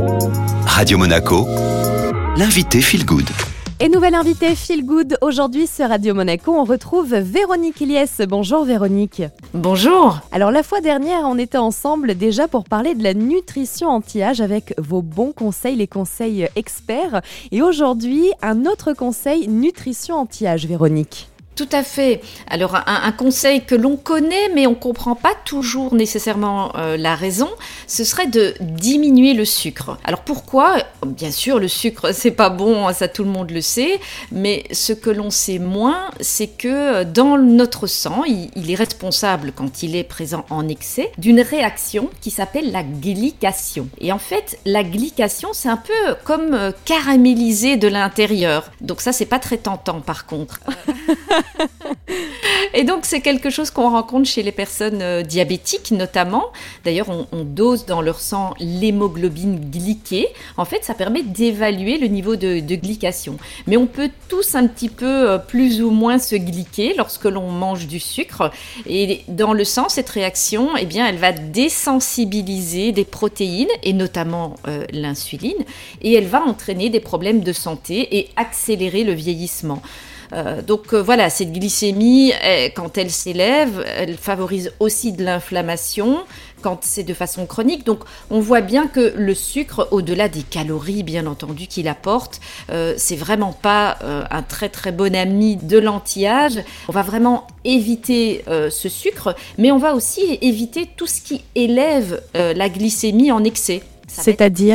Radio Monaco, l'invité Feel Good. Et nouvelle invitée Feel Good aujourd'hui sur Radio Monaco, on retrouve Véronique Iliès. Bonjour Véronique. Bonjour. Alors la fois dernière, on était ensemble déjà pour parler de la nutrition anti-âge avec vos bons conseils, les conseils experts. Et aujourd'hui, un autre conseil nutrition anti-âge, Véronique. Tout à fait. Alors un conseil que l'on connaît mais on ne comprend pas toujours nécessairement la raison, ce serait de diminuer le sucre. Alors pourquoi ? Bien sûr le sucre c'est pas bon, ça tout le monde le sait, mais ce que l'on sait moins c'est que dans notre sang, il est responsable quand il est présent en excès d'une réaction qui s'appelle la glycation. Et en fait la glycation c'est un peu comme caraméliser de l'intérieur. Donc ça c'est pas très tentant par contre. Et donc c'est quelque chose qu'on rencontre chez les personnes diabétiques notamment. D'ailleurs on dose dans leur sang l'hémoglobine glyquée. En fait ça permet d'évaluer le niveau de glycation. Mais on peut tous un petit peu plus ou moins se glyquer lorsque l'on mange du sucre. Et dans le sang cette réaction eh bien, elle va désensibiliser des protéines et notamment l'insuline. Et elle va entraîner des problèmes de santé et accélérer le vieillissement. Donc voilà, cette glycémie, quand elle s'élève, elle favorise aussi de l'inflammation quand c'est de façon chronique. Donc on voit bien que le sucre, au-delà des calories bien entendu qu'il apporte, c'est vraiment pas un très très bon ami de l'anti-âge. On va vraiment éviter ce sucre, mais on va aussi éviter tout ce qui élève la glycémie en excès. C'est-à-dire ?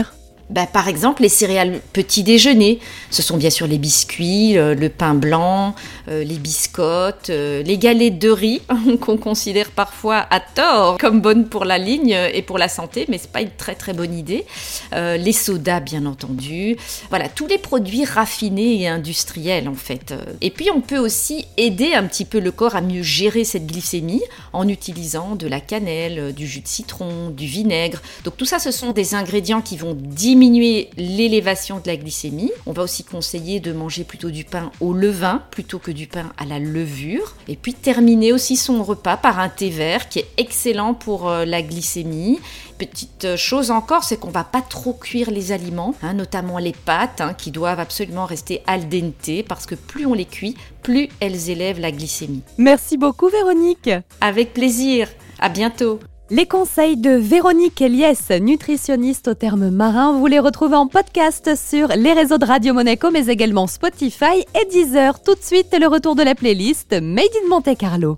Par exemple, les céréales petit déjeuner, ce sont bien sûr les biscuits, le pain blanc, les biscottes, les galettes de riz qu'on considère parfois à tort comme bonnes pour la ligne et pour la santé, mais c'est pas une très très bonne idée. Les sodas bien entendu, voilà tous les produits raffinés et industriels en fait. Et puis on peut aussi aider un petit peu le corps à mieux gérer cette glycémie en utilisant de la cannelle, du jus de citron, du vinaigre. Donc tout ça, ce sont des ingrédients qui vont diminuer l'élévation de la glycémie. On va aussi conseiller de manger plutôt du pain au levain plutôt que du pain à la levure. Et puis terminer aussi son repas par un thé vert qui est excellent pour la glycémie. Petite chose encore, c'est qu'on ne va pas trop cuire les aliments, notamment les pâtes qui doivent absolument rester al dente parce que plus on les cuit, plus elles élèvent la glycémie. Merci beaucoup Véronique. Avec plaisir. À bientôt. Les conseils de Véronique Iliès, nutritionniste au terme marin, vous les retrouvez en podcast sur les réseaux de Radio Monaco, mais également Spotify et Deezer. Tout de suite, le retour de la playlist Made in Monte Carlo.